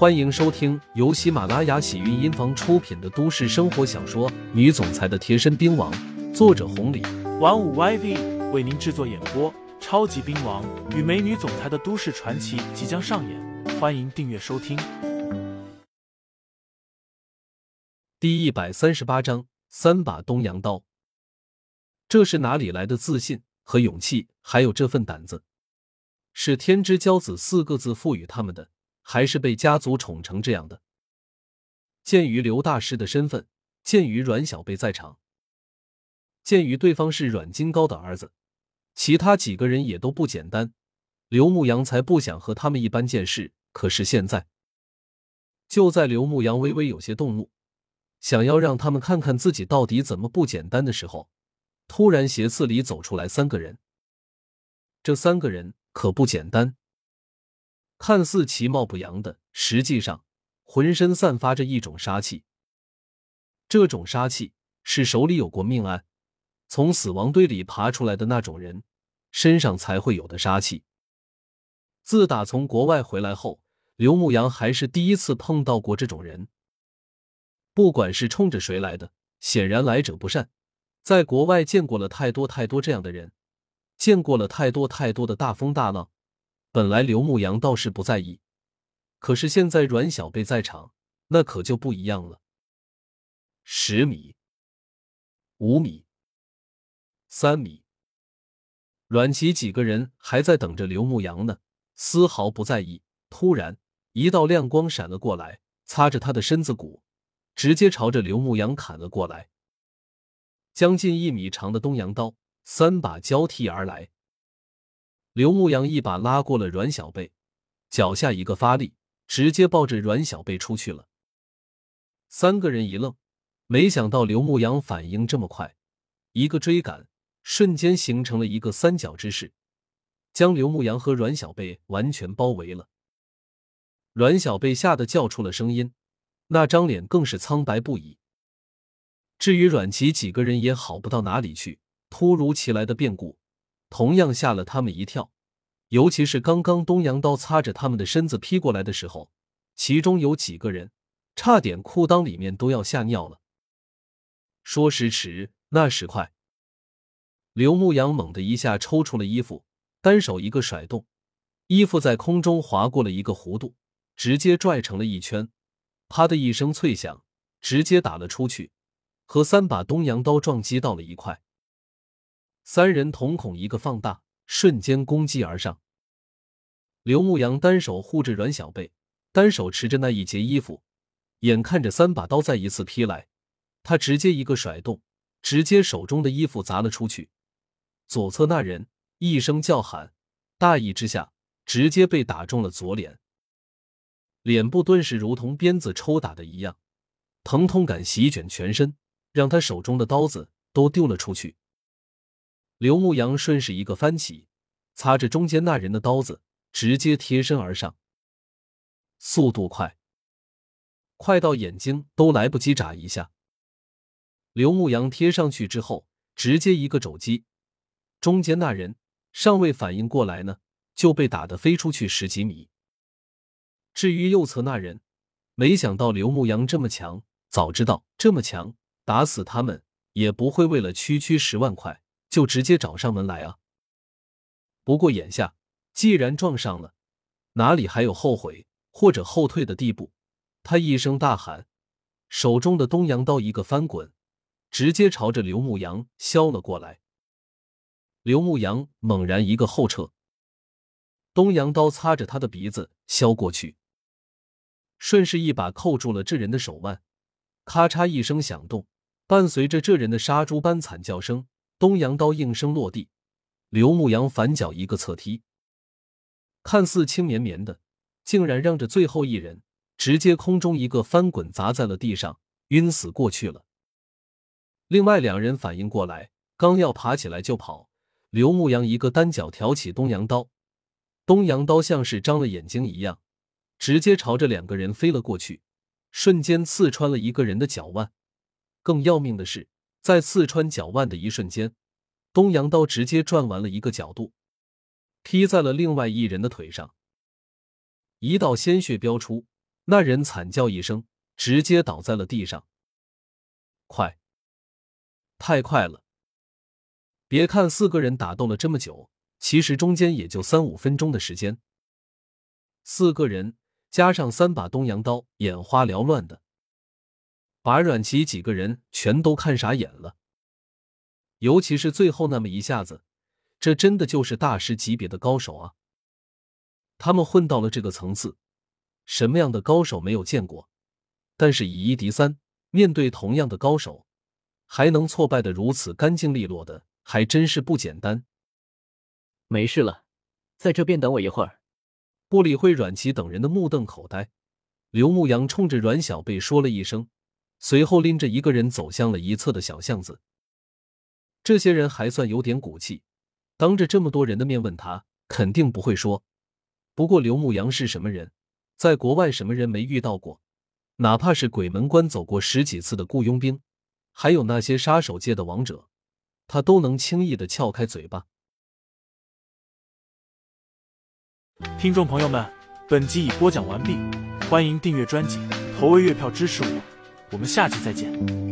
欢迎收听由喜马拉雅喜韵音房出品的都市生活小说《女总裁的贴身兵王》，作者红礼， 玩五 YV 为您制作演播。超级兵王与美女总裁的都市传奇即将上演，欢迎订阅收听。 第138章3把东洋刀。这是哪里来的自信和勇气，还有这份胆子？是天之骄子4个字赋予他们的，还是被家族宠成这样的？鉴于刘大师的身份，鉴于阮小贝在场，鉴于对方是阮金高的儿子，其他几个人也都不简单，刘牧阳才不想和他们一般见识。可是现在，就在刘牧阳微微有些动怒，想要让他们看看自己到底怎么不简单的时候，突然斜刺里走出来3个人。这3个人可不简单，看似其貌不扬的，实际上浑身散发着一种杀气。这种杀气是手里有过命案，从死亡堆里爬出来的那种人身上才会有的杀气。自打从国外回来后，刘牧阳还是第一次碰到过这种人。不管是冲着谁来的，显然来者不善。在国外见过了太多这样的人，见过了太多的大风大浪。本来刘牧阳倒是不在意，可是现在阮小贝在场，那可就不一样了。10米、5米、3米，阮琦几个人还在等着刘牧阳呢，丝毫不在意。突然一道亮光闪了过来，擦着他的身子骨，直接朝着刘牧阳砍了过来。将近1米长的东洋刀3把交替而来，刘牧阳一把拉过了阮小贝，脚下一个发力，直接抱着阮小贝出去了。3个人一愣，没想到刘牧阳反应这么快，一个追赶，瞬间形成了一个3角之势，将刘牧阳和阮小贝完全包围了。阮小贝吓得叫出了声音，那张脸更是苍白不已。至于阮琦几个人也好不到哪里去，突如其来的变故同样吓了他们一跳，尤其是刚刚东洋刀擦着他们的身子劈过来的时候，其中有几个人差点裤裆里面都要吓尿了。说时迟，那时快，刘牧阳猛地一下抽出了衣服，单手一个甩动，衣服在空中划过了一个弧度，直接拽成了一圈，啪的一声脆响，直接打了出去，和3把东洋刀撞击到了一块。3人瞳孔一个放大，瞬间攻击而上。刘牧阳单手护着阮小贝，单手持着那一截衣服，眼看着3把刀再一次劈来，他直接一个甩动，直接手中的衣服砸了出去。左侧那人一声叫喊，大意之下直接被打中了左脸，脸部顿时如同鞭子抽打的一样，疼痛感席卷全身，让他手中的刀子都丢了出去。刘牧阳顺势一个翻起，擦着中间那人的刀子，直接贴身而上。速度快，快到眼睛都来不及眨一下。刘牧阳贴上去之后，直接一个肘击，中间那人尚未反应过来呢，就被打得飞出去10几米。至于右侧那人，没想到刘牧阳这么强，早知道这么强，打死他们也不会为了区10万块就直接找上门来啊。不过眼下既然撞上了，哪里还有后悔或者后退的地步？他一声大喊，手中的东洋刀一个翻滚，直接朝着刘牧阳削了过来。刘牧阳猛然一个后撤，东洋刀擦着他的鼻子削过去，顺势一把扣住了这人的手腕，咔嚓一声响动，伴随着这人的杀猪般惨叫声，东洋刀应声落地，刘牧阳反脚一个侧踢，看似轻绵绵的，竟然让这最后一人直接空中一个翻滚砸在了地上，晕死过去了。另外2人反应过来，刚要爬起来就跑，刘牧阳一个单脚挑起东洋刀，东洋刀像是张了眼睛一样，直接朝着2个人飞了过去，瞬间刺穿了一个人的脚腕。更要命的是，在刺穿脚腕的一瞬间，东洋刀直接转完了一个角度，劈在了另外一人的腿上。一道鲜血飙出， 那人惨叫一声，直接倒在了地上。快，太快了！别看4个人打斗了这么久，其实中间也就3-5分钟的时间。4个人加上3把东洋刀，眼花缭乱的，把阮奇几个人全都看傻眼了。尤其是最后那么一下子，这真的就是大师级别的高手啊！他们混到了这个层次，什么样的高手没有见过？但是以1敌3，面对同样的高手，还能挫败得如此干净利落的，还真是不简单。 没事了，在这边等我一会儿。 不理会阮奇等人的目瞪口呆，刘牧阳冲着阮小贝说了一声，随后拎着一个人走向了一侧的小巷子。这些人还算有点骨气，当着这么多人的面问他，肯定不会说。不过刘牧阳是什么人？在国外什么人没遇到过？哪怕是鬼门关走过10几次的雇佣兵，还有那些杀手界的王者，他都能轻易的撬开嘴巴。 听众朋友们，本集已播讲完毕，欢迎订阅专辑，投喂月票支持我，我们下集再见。